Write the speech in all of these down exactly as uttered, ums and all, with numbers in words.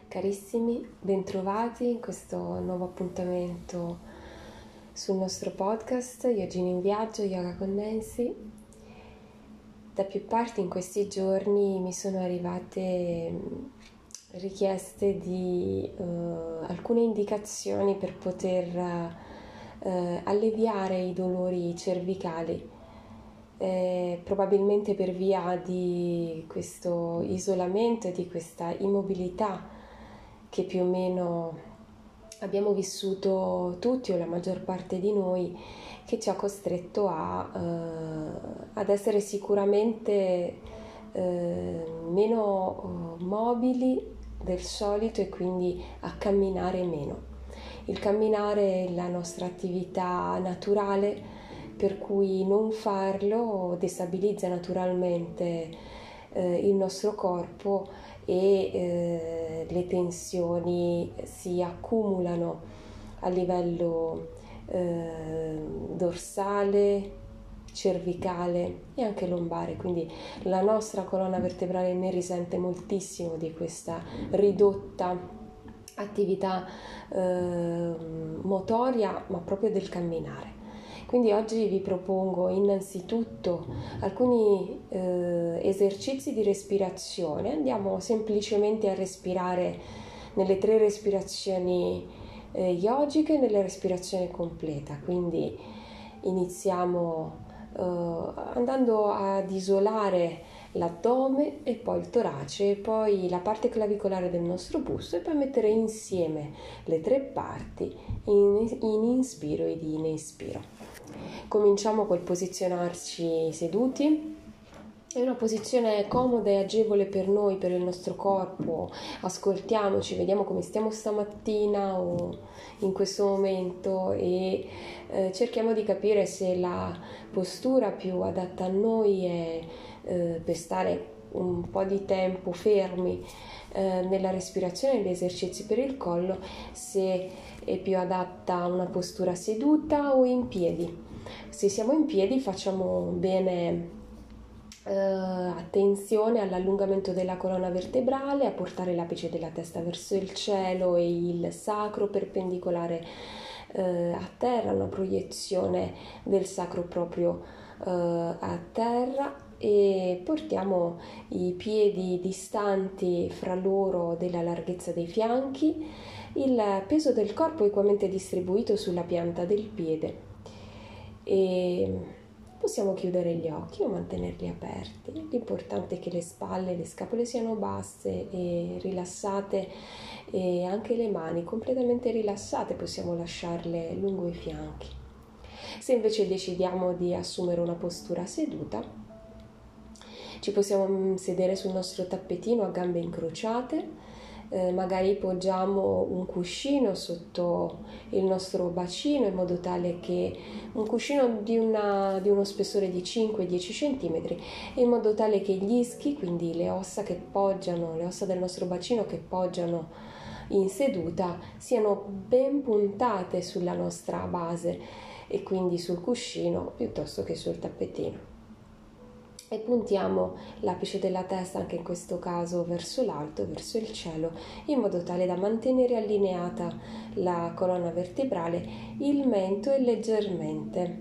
Carissimi, bentrovati in questo nuovo appuntamento sul nostro podcast Yogini in Viaggio, Yoga con Nancy. Da più parti in questi giorni mi sono arrivate richieste di uh, alcune indicazioni per poter uh, alleviare i dolori cervicali. Eh, probabilmente per via di questo isolamento e di questa immobilità che più o meno abbiamo vissuto tutti o la maggior parte di noi, che ci ha costretto a, eh, ad essere sicuramente eh, meno eh, mobili del solito e quindi a camminare meno. Il camminare è la nostra attività naturale, per cui non farlo destabilizza naturalmente eh, il nostro corpo e eh, le tensioni si accumulano a livello eh, dorsale, cervicale e anche lombare, quindi la nostra colonna vertebrale ne risente moltissimo di questa ridotta attività eh, motoria, ma proprio del camminare. Quindi oggi vi propongo innanzitutto alcuni eh, esercizi di respirazione. Andiamo semplicemente a respirare nelle tre respirazioni eh, yogiche, nella respirazione completa. Quindi iniziamo eh, andando ad isolare l'addome e poi il torace, e poi la parte clavicolare del nostro busto, e poi mettere insieme le tre parti in, in inspiro ed in espiro. Cominciamo col posizionarci seduti. È una posizione comoda e agevole per noi, per il nostro corpo. Ascoltiamoci, vediamo come stiamo stamattina o in questo momento e eh, cerchiamo di capire se la postura più adatta a noi è eh, per stare un po' di tempo fermi eh, nella respirazione e gli esercizi per il collo, se è più adatta a una postura seduta o in piedi. Se siamo in piedi facciamo bene eh, attenzione all'allungamento della colonna vertebrale, a portare l'apice della testa verso il cielo e il sacro perpendicolare eh, a terra, una proiezione del sacro proprio eh, a terra, e portiamo i piedi distanti fra loro della larghezza dei fianchi, il peso del corpo equamente distribuito sulla pianta del piede. E possiamo chiudere gli occhi o mantenerli aperti. L'importante è che le spalle e le scapole siano basse e rilassate, e anche le mani completamente rilassate possiamo lasciarle lungo i fianchi. Se invece decidiamo di assumere una postura seduta, ci possiamo sedere sul nostro tappetino a gambe incrociate. Eh, magari poggiamo un cuscino sotto il nostro bacino, in modo tale che un cuscino di, una, di uno spessore di cinque dieci centimetri, in modo tale che gli ischi, quindi le ossa che poggiano, le ossa del nostro bacino che poggiano in seduta, siano ben puntate sulla nostra base e quindi sul cuscino piuttosto che sul tappetino. E puntiamo l'apice della testa, anche in questo caso, verso l'alto, verso il cielo, in modo tale da mantenere allineata la colonna vertebrale. Il mento è leggermente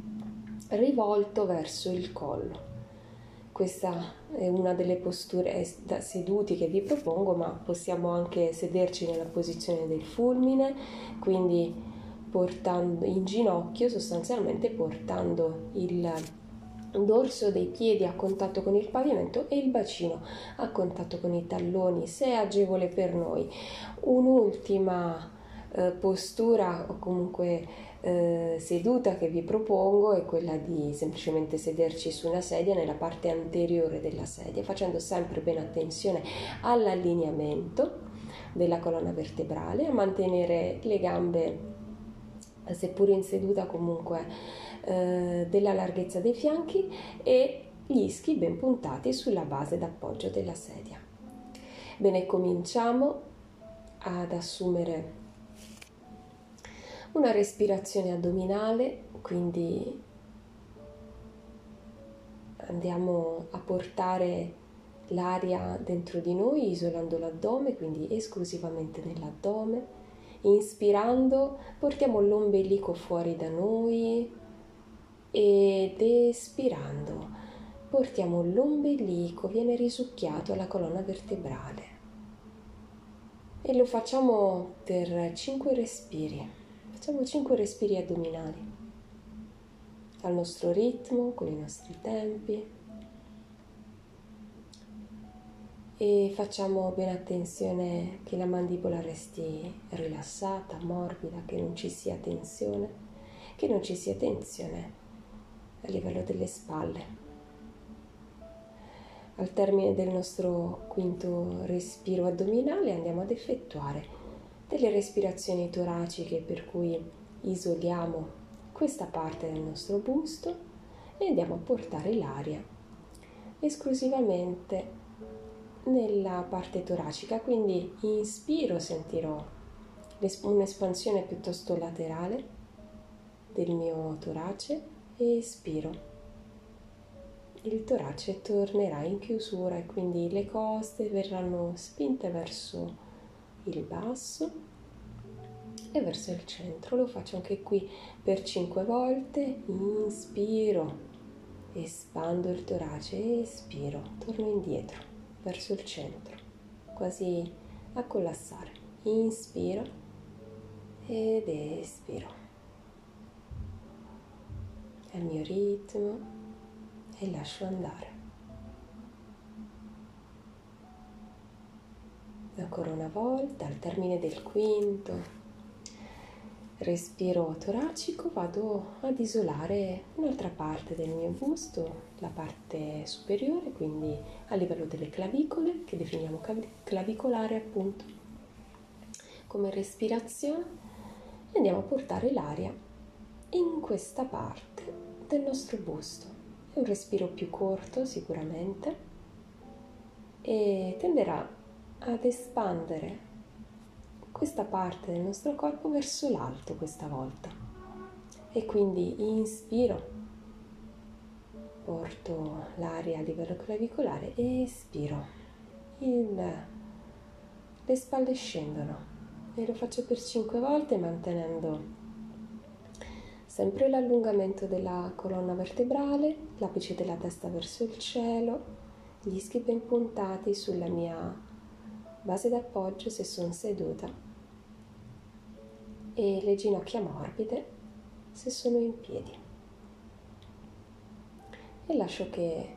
rivolto verso il collo. Questa è una delle posture da seduti che vi propongo, ma possiamo anche sederci nella posizione del fulmine, quindi portando in ginocchio, sostanzialmente portando il dorso dei piedi a contatto con il pavimento e il bacino a contatto con i talloni, se è agevole per noi. Un'ultima eh, postura o comunque eh, seduta che vi propongo è quella di semplicemente sederci su una sedia, nella parte anteriore della sedia, facendo sempre bene attenzione all'allineamento della colonna vertebrale, a mantenere le gambe, seppur in seduta, comunque della larghezza dei fianchi, e gli ischi ben puntati sulla base d'appoggio della sedia. Bene, cominciamo ad assumere una respirazione addominale, quindi andiamo a portare l'aria dentro di noi, isolando l'addome, quindi esclusivamente nell'addome. Inspirando, portiamo l'ombelico fuori da noi ed espirando, portiamo l'ombelico, viene risucchiato alla colonna vertebrale. E lo facciamo per cinque respiri. Facciamo cinque respiri addominali, al nostro ritmo, con i nostri tempi. E facciamo bene attenzione che la mandibola resti rilassata, morbida, che non ci sia tensione, che non ci sia tensione a livello delle spalle. Al termine del nostro quinto respiro addominale andiamo ad effettuare delle respirazioni toraciche, per cui isoliamo questa parte del nostro busto e andiamo a portare l'aria esclusivamente nella parte toracica. Quindi inspiro, sentirò un'espansione piuttosto laterale del mio torace e espiro, il torace tornerà in chiusura e quindi le coste verranno spinte verso il basso e verso il centro. Lo faccio anche qui per cinque volte. Inspiro, espando il torace, espiro, torno indietro verso il centro, quasi a collassare. Inspiro ed espiro al mio ritmo e lascio andare. Ancora una volta, al termine del quinto respiro toracico, vado ad isolare un'altra parte del mio busto, la parte superiore, quindi a livello delle clavicole, che definiamo clavicolare appunto, come respirazione, e andiamo a portare l'aria in questa parte del nostro busto. È un respiro più corto sicuramente e tenderà ad espandere questa parte del nostro corpo verso l'alto questa volta. E quindi inspiro, porto l'aria a livello clavicolare e espiro, il, le spalle scendono, e lo faccio per cinque volte mantenendo sempre l'allungamento della colonna vertebrale, l'apice della testa verso il cielo, gli ischi ben puntati sulla mia base d'appoggio se sono seduta e le ginocchia morbide se sono in piedi. E lascio che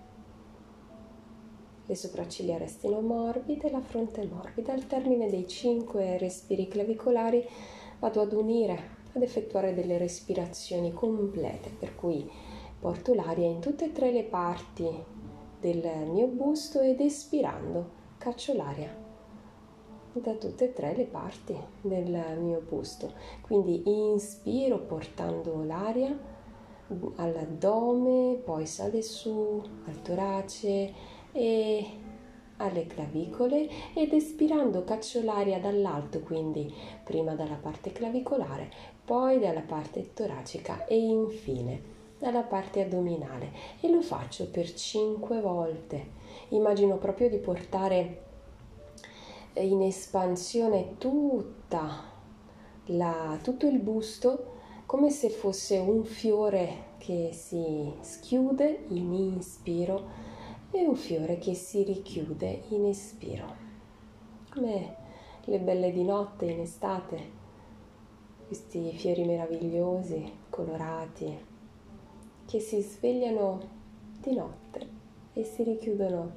le sopracciglia restino morbide, la fronte morbida. Al termine dei cinque respiri clavicolari vado ad unire, ad effettuare delle respirazioni complete, per cui porto l'aria in tutte e tre le parti del mio busto ed espirando caccio l'aria da tutte e tre le parti del mio busto. Quindi inspiro portando l'aria all'addome, poi sale su al torace e alle clavicole, ed espirando caccio l'aria dall'alto, quindi prima dalla parte clavicolare, poi dalla parte toracica e infine dalla parte addominale, e lo faccio per cinque volte. Immagino proprio di portare in espansione tutta la, tutto il busto, come se fosse un fiore che si schiude in inspiro e un fiore che si richiude in espiro, come le belle di notte in estate, questi fiori meravigliosi, colorati, che si svegliano di notte e si richiudono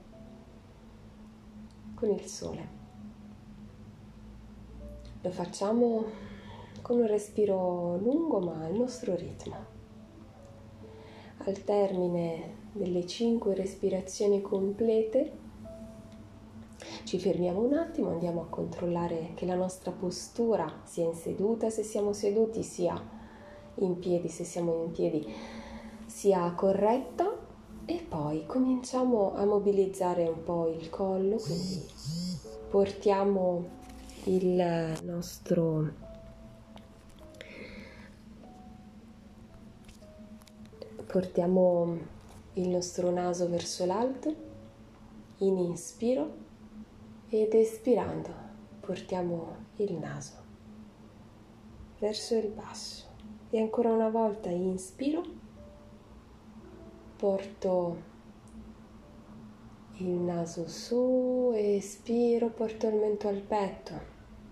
con il sole. Lo facciamo con un respiro lungo ma al nostro ritmo. Al termine delle cinque respirazioni complete ci fermiamo un attimo, andiamo a controllare che la nostra postura, sia in seduta se siamo seduti, sia in piedi se siamo in piedi, sia corretta, e poi cominciamo a mobilizzare un po' il collo, quindi portiamo il nostro portiamo il nostro naso verso l'alto, in inspiro ed espirando portiamo il naso verso il basso e ancora una volta inspiro, porto il naso su, espiro, porto il mento al petto.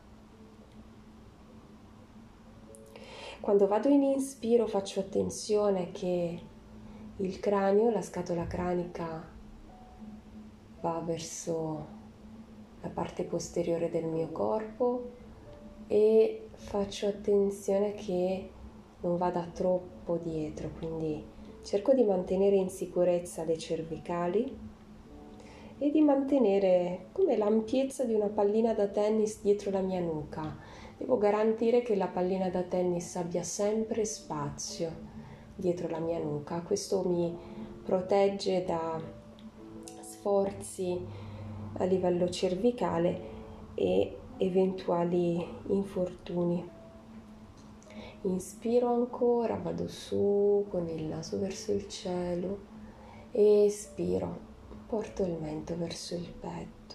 Quando vado in inspiro faccio attenzione che il cranio, la scatola cranica va verso la parte posteriore del mio corpo e faccio attenzione che non vada troppo dietro, quindi cerco di mantenere in sicurezza le cervicali e di mantenere come l'ampiezza di una pallina da tennis dietro la mia nuca. Devo garantire che la pallina da tennis abbia sempre spazio dietro la mia nuca. Questo mi protegge da sforzi a livello cervicale e eventuali infortuni. Inspiro ancora, vado su con il naso verso il cielo, espiro, porto il mento verso il petto.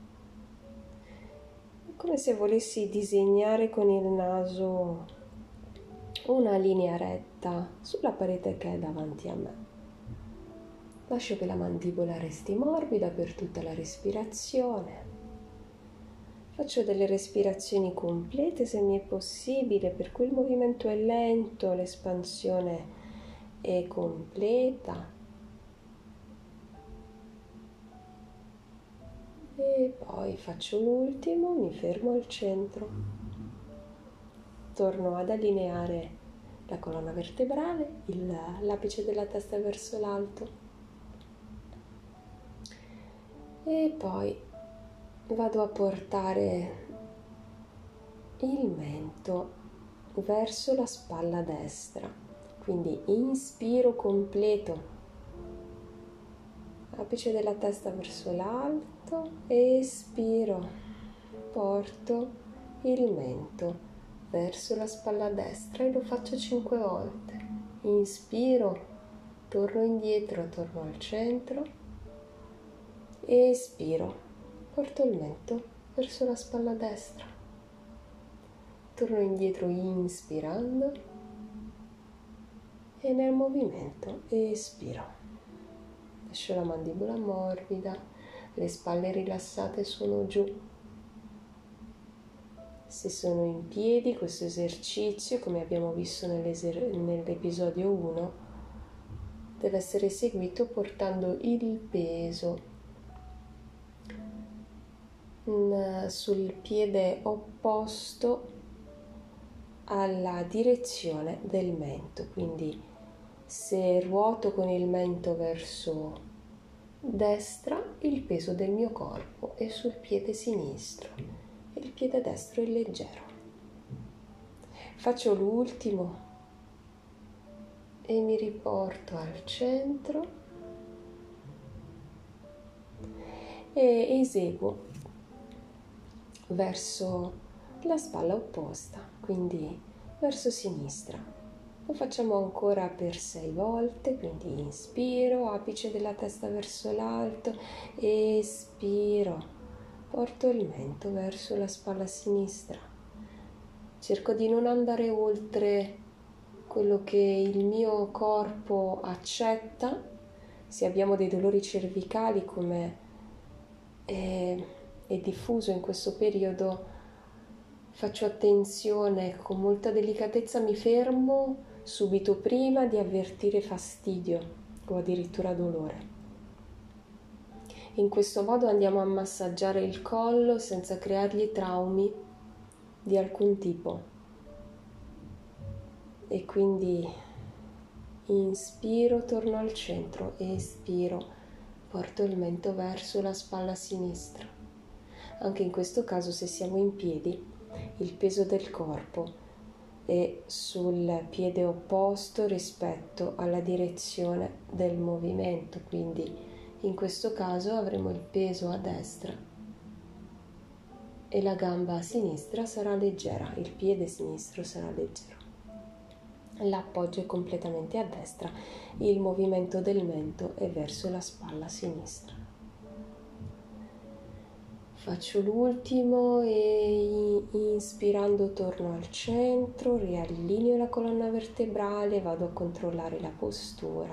È come se volessi disegnare con il naso una linea retta sulla parete che è davanti a me. Lascio che la mandibola resti morbida per tutta la respirazione. Faccio delle respirazioni complete se mi è possibile, per cui il movimento è lento, l'espansione è completa. E poi faccio l'ultimo, mi fermo al centro. Torno ad allineare la colonna vertebrale, il, l'apice della testa verso l'alto. E poi vado a portare il mento verso la spalla destra, quindi inspiro completo, apice della testa verso l'alto, espiro, porto il mento verso la spalla destra e lo faccio cinque volte. Inspiro, torno indietro, torno al centro, espiro. Porto il mento verso la spalla destra, torno indietro inspirando e nel movimento espiro. Lascio la mandibola morbida, le spalle rilassate sono giù. Se sono in piedi, questo esercizio, come abbiamo visto nell'episodio uno, deve essere eseguito portando il peso sul piede opposto alla direzione del mento. Quindi se ruoto con il mento verso destra, il peso del mio corpo è sul piede sinistro e il piede destro è leggero. Faccio l'ultimo e mi riporto al centro e eseguo verso la spalla opposta, quindi verso sinistra. Lo facciamo ancora per sei volte, quindi inspiro, apice della testa verso l'alto, espiro, porto il mento verso la spalla sinistra. Cerco di non andare oltre quello che il mio corpo accetta. Se abbiamo dei dolori cervicali, come è, è diffuso in questo periodo, faccio attenzione, con molta delicatezza mi fermo subito prima di avvertire fastidio o addirittura dolore. In questo modo andiamo a massaggiare il collo senza creargli traumi di alcun tipo. E quindi inspiro, torno al centro, espiro, porto il mento verso la spalla sinistra. Anche in questo caso, se siamo in piedi, il peso del corpo è sul piede opposto rispetto alla direzione del movimento, quindi in questo caso avremo il peso a destra e la gamba a sinistra sarà leggera, il piede sinistro sarà leggero. L'appoggio è completamente a destra, il movimento del mento è verso la spalla sinistra. Faccio l'ultimo e inspirando torno al centro, riallineo la colonna vertebrale, vado a controllare la postura.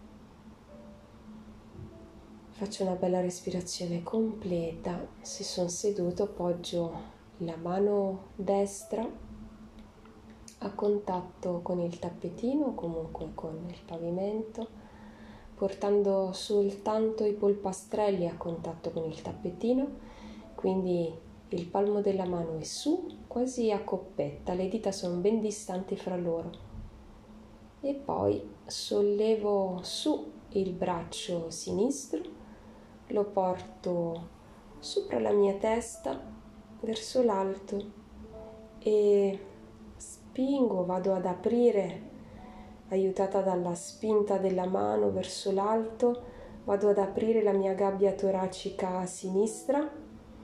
Faccio una bella respirazione completa. Se sono seduto, appoggio la mano destra a contatto con il tappetino o comunque con il pavimento, portando soltanto i polpastrelli a contatto con il tappetino. Quindi il palmo della mano è su, quasi a coppetta, le dita sono ben distanti fra loro. E poi sollevo su il braccio sinistro, lo porto sopra la mia testa, verso l'alto, e spingo, vado ad aprire, aiutata dalla spinta della mano verso l'alto, vado ad aprire la mia gabbia toracica a sinistra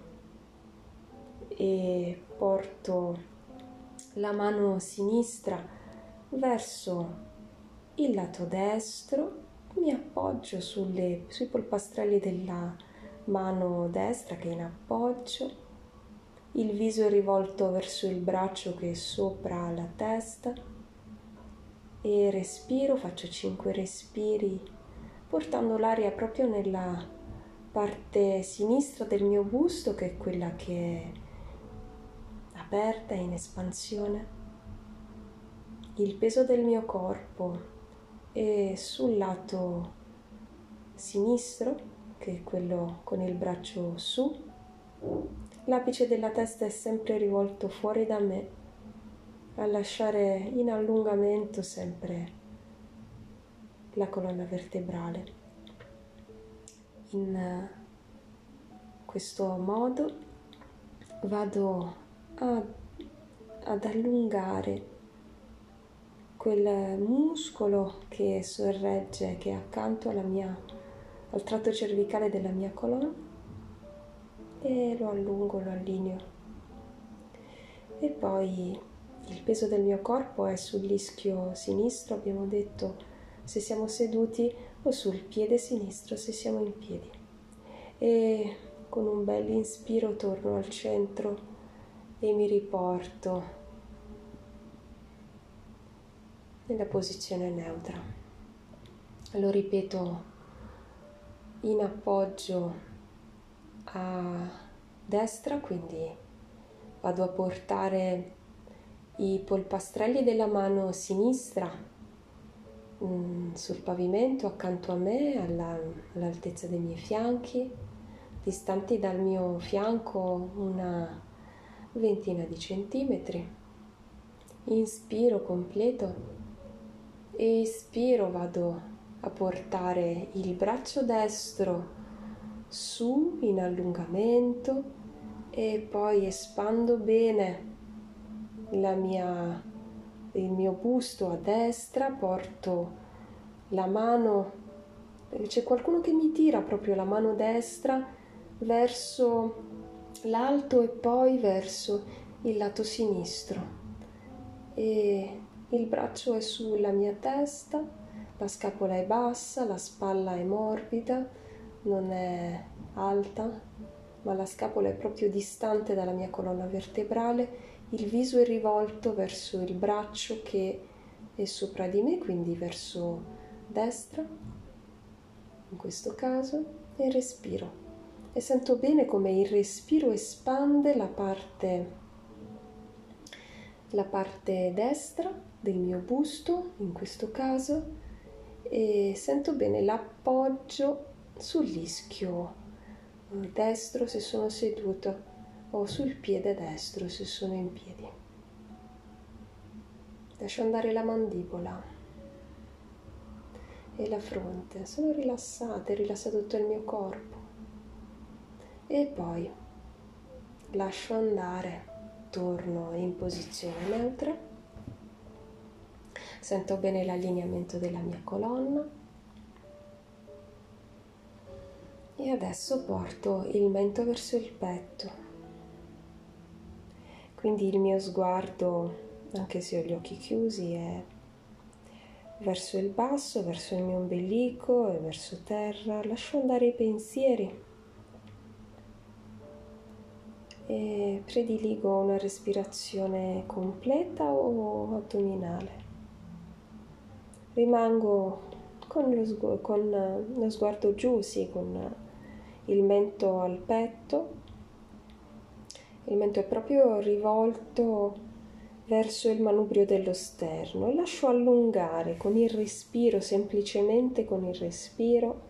e porto la mano sinistra verso il lato destro, mi appoggio sulle, sui polpastrelli della mano destra che è in appoggio, il viso è rivolto verso il braccio che è sopra la testa e respiro, faccio cinque respiri portando l'aria proprio nella parte sinistra del mio busto, che è quella che è aperta e in espansione. Il peso del mio corpo è sul lato sinistro, che è quello con il braccio su. L'apice della testa è sempre rivolto fuori da me, a lasciare in allungamento sempre la colonna vertebrale. In questo modo vado a, ad allungare quel muscolo che sorregge, che è accanto alla mia, al tratto cervicale della mia colonna, e lo allungo, lo allineo. E poi il peso del mio corpo è sull'ischio sinistro, abbiamo detto, se siamo seduti, o sul piede sinistro se siamo in piedi. E con un bel inspiro torno al centro e mi riporto nella posizione neutra. Lo ripeto in appoggio a destra, quindi vado a portare i polpastrelli della mano sinistra mh, sul pavimento accanto a me, alla, all'altezza dei miei fianchi, distanti dal mio fianco una ventina di centimetri. Inspiro completo e espiro, vado a portare il braccio destro su in allungamento e poi espando bene la mia, il mio busto a destra, porto la mano, c'è qualcuno che mi tira proprio la mano destra verso l'alto e poi verso il lato sinistro, e il braccio è sulla mia testa, la scapola è bassa, la spalla è morbida, non è alta, ma la scapola è proprio distante dalla mia colonna vertebrale, il viso è rivolto verso il braccio che è sopra di me, quindi verso destra, in questo caso, e respiro. E sento bene come il respiro espande la parte, la parte destra del mio busto, in questo caso, e sento bene l'appoggio sull'ischio destro se sono seduta o sul piede destro se sono in piedi. Lascio andare la mandibola e la fronte, sono rilassate, rilassa tutto il mio corpo. E poi lascio andare, torno in posizione neutra, sento bene l'allineamento della mia colonna e adesso porto il mento verso il petto, quindi il mio sguardo, anche se ho gli occhi chiusi, è verso il basso, verso il mio ombelico e verso terra. Lascio andare i pensieri e prediligo una respirazione completa o addominale. Rimango con lo, sgu- con lo sguardo giù, sì, con il mento al petto. Il mento è proprio rivolto verso il manubrio dello sterno e lascio allungare con il respiro, semplicemente con il respiro,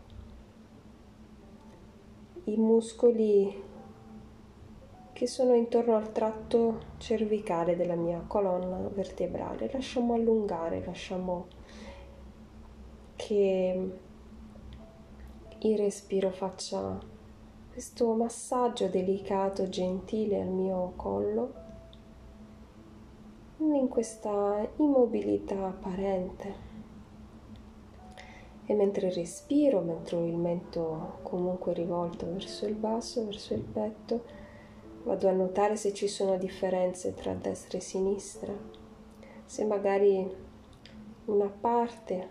i muscoli che sono intorno al tratto cervicale della mia colonna vertebrale. Lasciamo allungare, lasciamo che il respiro faccia questo massaggio delicato, gentile al mio collo, in questa immobilità apparente. E mentre respiro, mentre ho il mento comunque rivolto verso il basso, verso il petto, vado a notare se ci sono differenze tra destra e sinistra, se magari una parte,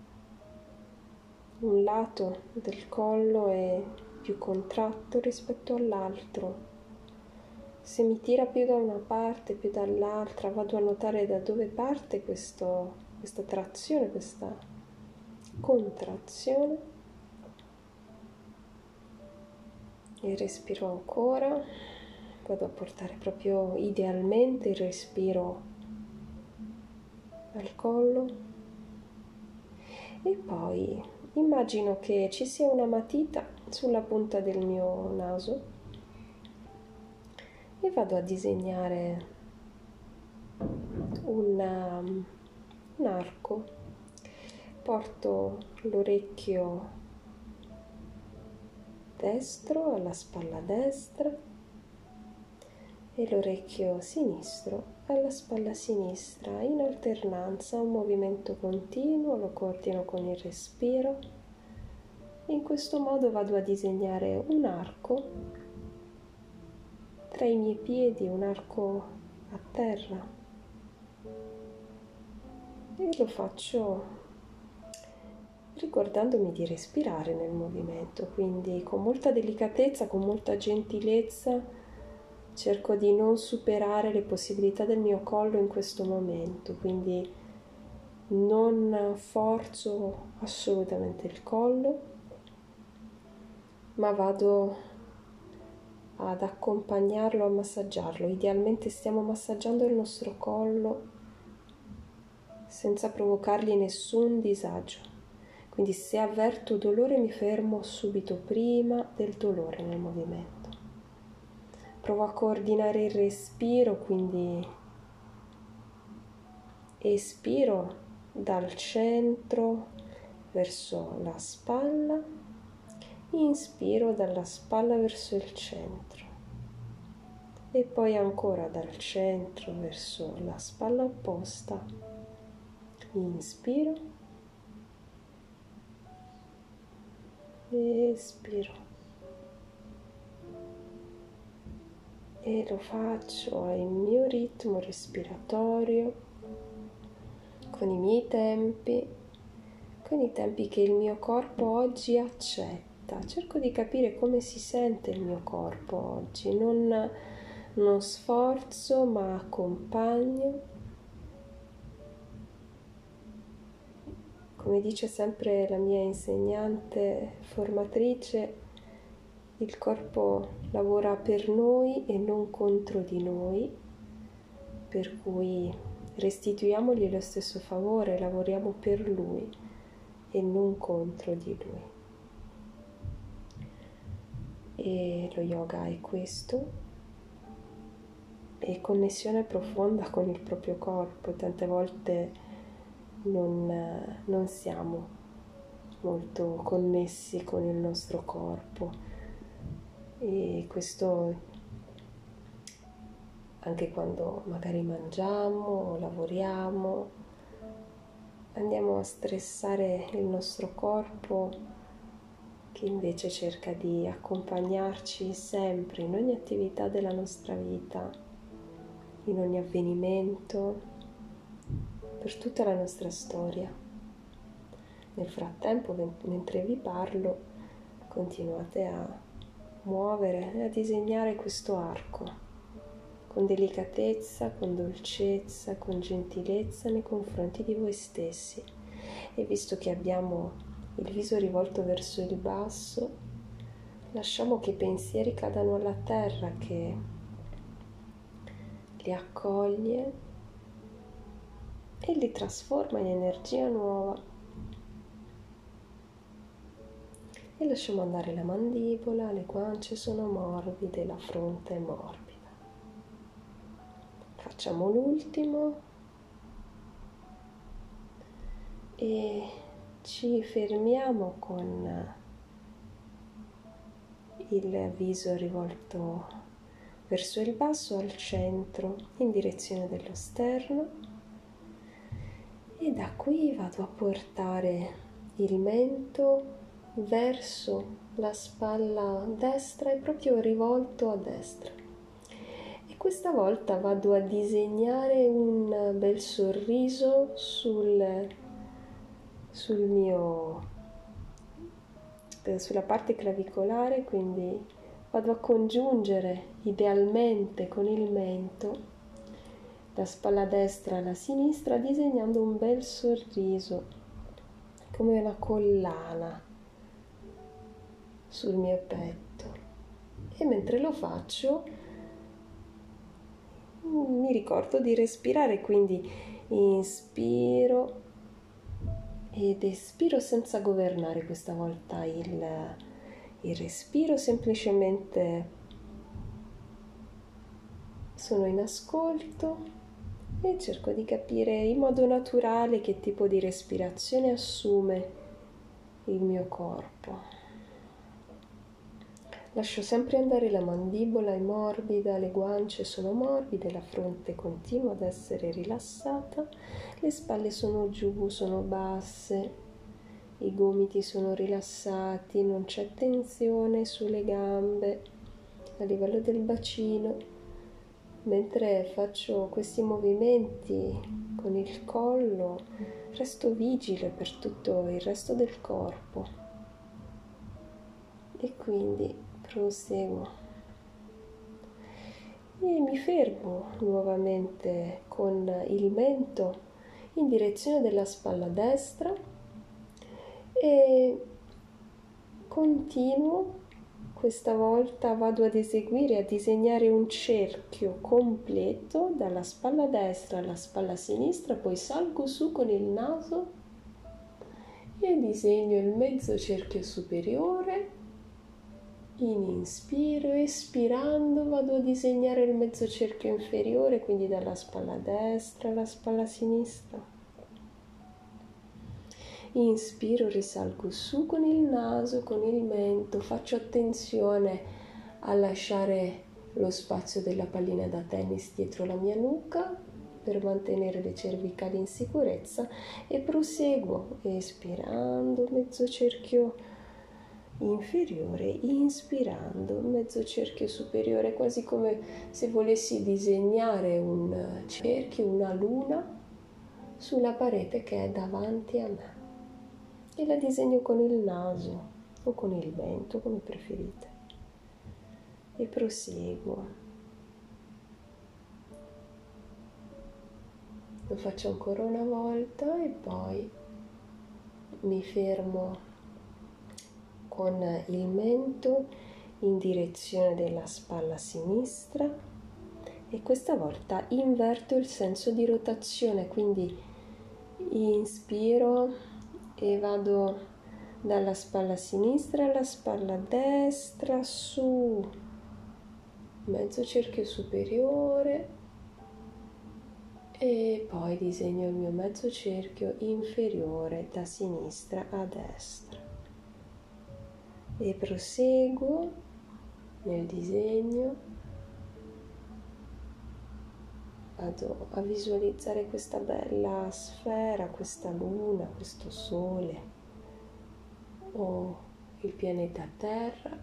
un lato del collo è più contratto rispetto all'altro, se mi tira più da una parte, più dall'altra. Vado a notare da dove parte questo, questa trazione, questa contrazione, e respiro ancora. Vado a portare proprio idealmente il respiro al collo e poi immagino che ci sia una matita sulla punta del mio naso e vado a disegnare una, un arco. Porto l'orecchio destro alla spalla destra e l'orecchio sinistro alla spalla sinistra, in alternanza, un movimento continuo, lo coordino con il respiro. In questo modo vado a disegnare un arco tra i miei piedi, un arco a terra, e lo faccio ricordandomi di respirare nel movimento, quindi con molta delicatezza, con molta gentilezza cerco di non superare le possibilità del mio collo in questo momento, quindi non forzo assolutamente il collo, ma vado ad accompagnarlo, a massaggiarlo. Idealmente stiamo massaggiando il nostro collo senza provocargli nessun disagio. Quindi se avverto dolore mi fermo subito prima del dolore nel movimento. Provo a coordinare il respiro, quindi espiro dal centro verso la spalla, inspiro dalla spalla verso il centro e poi ancora dal centro verso la spalla opposta. Inspiro, espiro e lo faccio al mio ritmo respiratorio, con i miei tempi, con i tempi che il mio corpo oggi accetta. Cerco di capire come si sente il mio corpo oggi, non, non sforzo ma accompagno. Come dice sempre la mia insegnante formatrice, il corpo lavora per noi e non contro di noi, per cui restituiamogli lo stesso favore, lavoriamo per lui e non contro di lui. E lo yoga è questo, è connessione profonda con il proprio corpo. Tante volte non, non siamo molto connessi con il nostro corpo, e questo anche quando magari mangiamo o lavoriamo, andiamo a stressare il nostro corpo, che invece cerca di accompagnarci sempre in ogni attività della nostra vita, in ogni avvenimento, per tutta la nostra storia. Nel frattempo, mentre vi parlo, continuate a muovere e a disegnare questo arco. con delicatezza, con dolcezza, con gentilezza nei confronti di voi stessi. E visto che abbiamo il viso rivolto verso il basso, lasciamo che i pensieri cadano alla terra, che li accoglie e li trasforma in energia nuova. E lasciamo andare la mandibola, le guance sono morbide, la fronte è morbida. Facciamo l'ultimo e ci fermiamo con il viso rivolto verso il basso, al centro, in direzione dello sterno, e da qui vado a portare il mento verso la spalla destra e proprio rivolto a destra. E questa volta vado a disegnare un bel sorriso sul, sul mio, sulla parte clavicolare, quindi vado a congiungere idealmente con il mento la spalla destra e la sinistra, disegnando un bel sorriso come una collana sul mio petto. E mentre lo faccio mi ricordo di respirare, quindi inspiro ed espiro senza governare questa volta il, il respiro, semplicemente sono in ascolto e cerco di capire in modo naturale che tipo di respirazione assume il mio corpo. Lascio sempre andare la mandibola, è morbida, le guance sono morbide, la fronte continua ad essere rilassata, le spalle sono giù, sono basse, i gomiti sono rilassati, non c'è tensione sulle gambe, a livello del bacino. Mentre faccio questi movimenti con il collo, resto vigile per tutto il resto del corpo. E quindi proseguo e mi fermo nuovamente con il mento in direzione della spalla destra e continuo. Questa volta vado ad eseguire, a disegnare un cerchio completo dalla spalla destra alla spalla sinistra, poi salgo su con il naso e disegno il mezzo cerchio superiore. In inspiro, espirando vado a disegnare il mezzo cerchio inferiore, quindi dalla spalla destra alla spalla sinistra. Inspiro, risalgo su con il naso, con il mento, faccio attenzione a lasciare lo spazio della pallina da tennis dietro la mia nuca per mantenere le cervicali in sicurezza e proseguo espirando, mezzo cerchio inferiore, inspirando mezzo cerchio superiore, quasi come se volessi disegnare un cerchio, una luna sulla parete che è davanti a me, e la disegno con il naso o con il mento, come preferite, e proseguo. Lo faccio ancora una volta e poi mi fermo con il mento in direzione della spalla sinistra e questa volta inverto il senso di rotazione, quindi inspiro e vado dalla spalla sinistra alla spalla destra, su, mezzo cerchio superiore, e poi disegno il mio mezzo cerchio inferiore da sinistra a destra. E proseguo nel disegno, vado a visualizzare questa bella sfera, questa luna, questo sole o il pianeta Terra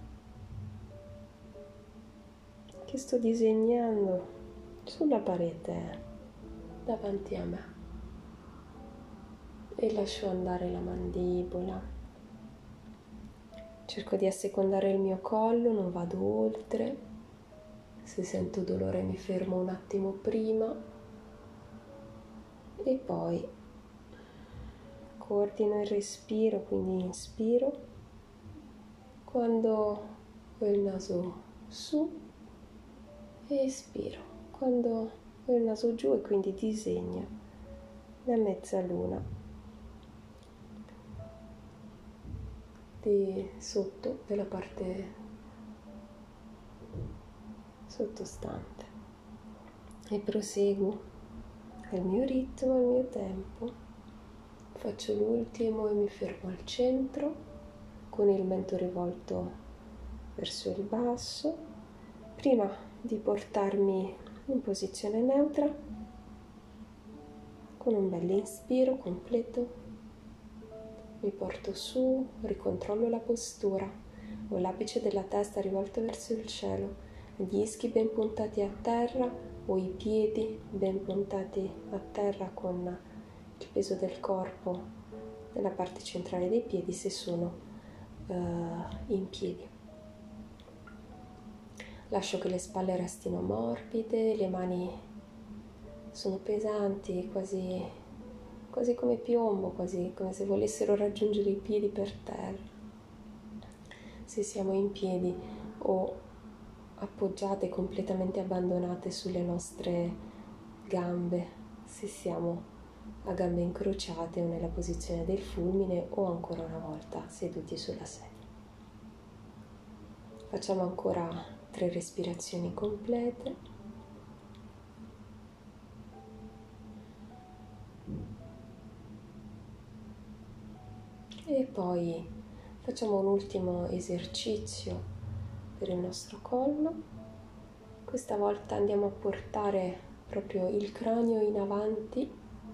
che sto disegnando sulla parete davanti a me, e lascio andare la mandibola. Cerco di assecondare il mio collo, non vado oltre, Se sento dolore mi fermo un attimo prima e poi coordino il respiro, quindi inspiro quando ho il naso su e espiro quando ho il naso giù, e quindi disegno la mezzaluna di sotto della parte sottostante e proseguo al mio ritmo, al mio tempo. Faccio l'ultimo e mi fermo al centro con il mento rivolto verso il basso prima di portarmi in posizione neutra con un bel inspiro completo. Mi porto su, ricontrollo la postura, ho l'apice della testa rivolto verso il cielo, gli ischi ben puntati a terra o i piedi ben puntati a terra con il peso del corpo nella parte centrale dei piedi se sono uh, in piedi. Lascio che le spalle restino morbide, le mani sono pesanti, quasi, quasi come piombo, quasi come se volessero raggiungere i piedi per terra. Se siamo in piedi o appoggiate, completamente abbandonate sulle nostre gambe, se siamo a gambe incrociate o nella posizione del fulmine o ancora una volta seduti sulla sedia. Facciamo ancora tre respirazioni complete. E poi facciamo un ultimo esercizio per il nostro collo. Questa volta andiamo a portare proprio il cranio in avanti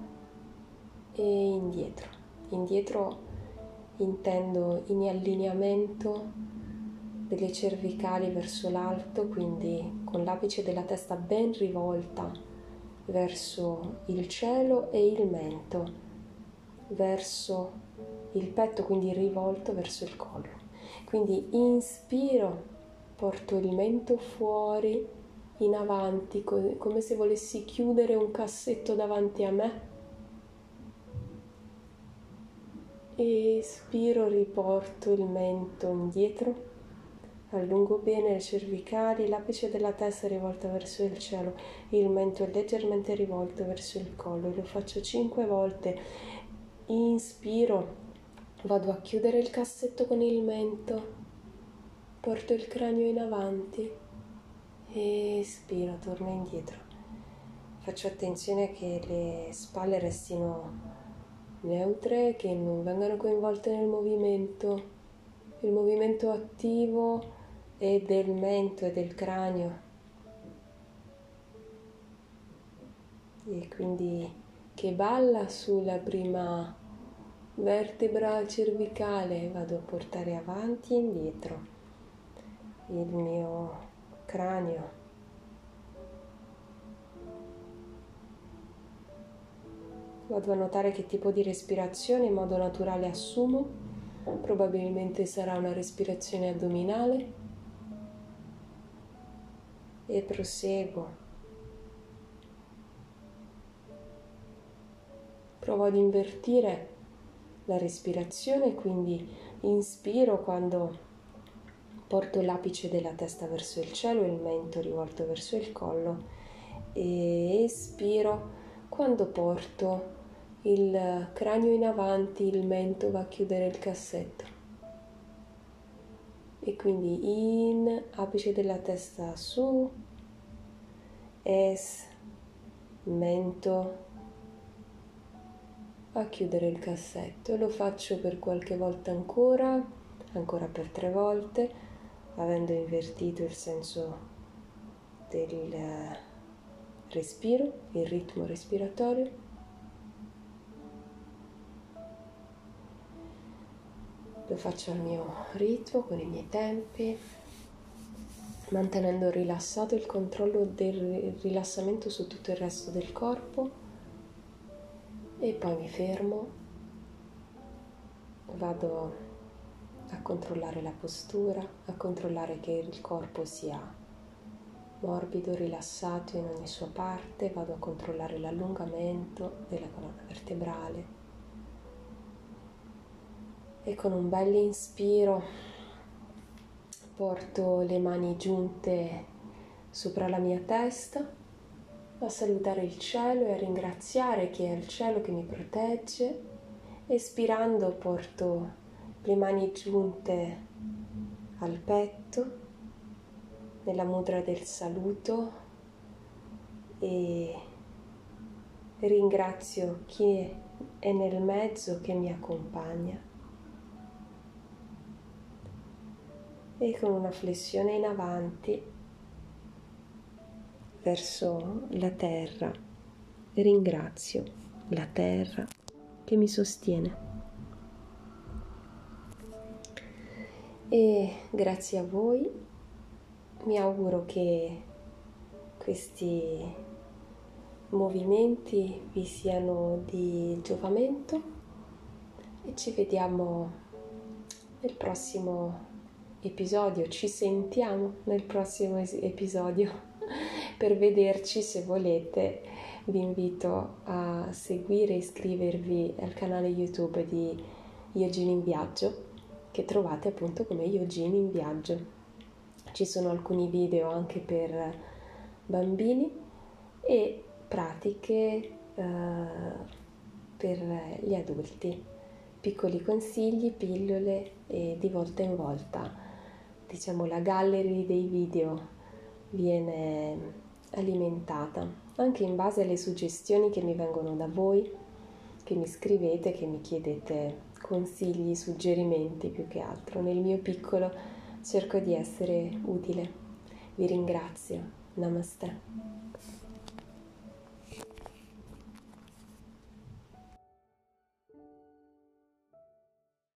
e indietro. Indietro intendo in allineamento delle cervicali verso l'alto, quindi con l'apice della testa ben rivolta verso il cielo e il mento verso il petto, quindi rivolto verso il collo. Quindi inspiro, porto il mento fuori, in avanti, come se volessi chiudere un cassetto davanti a me. Espiro, riporto il mento indietro, allungo bene le cervicali, l'apice della testa è rivolta verso il cielo, il mento è leggermente rivolto verso il collo. Lo faccio cinque volte. Inspiro, vado a chiudere il cassetto con il mento, porto il cranio in avanti, espiro, torno indietro. Faccio attenzione che le spalle restino neutre, che non vengano coinvolte nel movimento. Il movimento attivo è del mento e del cranio, e quindi che balla sulla prima vertebra cervicale. Vado a portare avanti e indietro il mio cranio. Vado a notare che tipo di respirazione in modo naturale assumo. Probabilmente sarà una respirazione addominale. E proseguo. Provo ad invertire la respirazione, quindi inspiro quando porto l'apice della testa verso il cielo e il mento rivolto verso il collo, e espiro quando porto il cranio in avanti, il mento va a chiudere il cassetto. E quindi in, apice della testa su, es, mento a chiudere il cassetto. E lo faccio per qualche volta ancora, ancora per tre volte, avendo invertito il senso del respiro, il ritmo respiratorio. Lo faccio al mio ritmo, con i miei tempi, mantenendo rilassato il controllo del rilassamento su tutto il resto del corpo. E poi mi fermo, vado a controllare la postura, a controllare che il corpo sia morbido, rilassato in ogni sua parte. Vado a controllare l'allungamento della colonna vertebrale e con un bel inspiro porto le mani giunte sopra la mia testa a salutare il cielo e a ringraziare che è il cielo che mi protegge. Espirando porto le mani giunte al petto nella mudra del saluto e ringrazio chi è nel mezzo che mi accompagna. E con una flessione in avanti verso la terra ringrazio la terra che mi sostiene. E grazie a voi mi auguro che questi movimenti vi siano di giovamento e ci vediamo nel prossimo episodio, ci sentiamo nel prossimo es- episodio. Per vederci, se volete, vi invito a seguire e iscrivervi al canale YouTube di Yogini in Viaggio, che trovate appunto come Yogini in Viaggio. Ci sono alcuni video anche per bambini e pratiche eh, per gli adulti, piccoli consigli, pillole e di volta in volta, diciamo, la gallery dei video viene alimentata anche in base alle suggestioni che mi vengono da voi, che mi scrivete, che mi chiedete consigli, suggerimenti più che altro. Nel mio piccolo cerco di essere utile. Vi ringrazio. Namaste.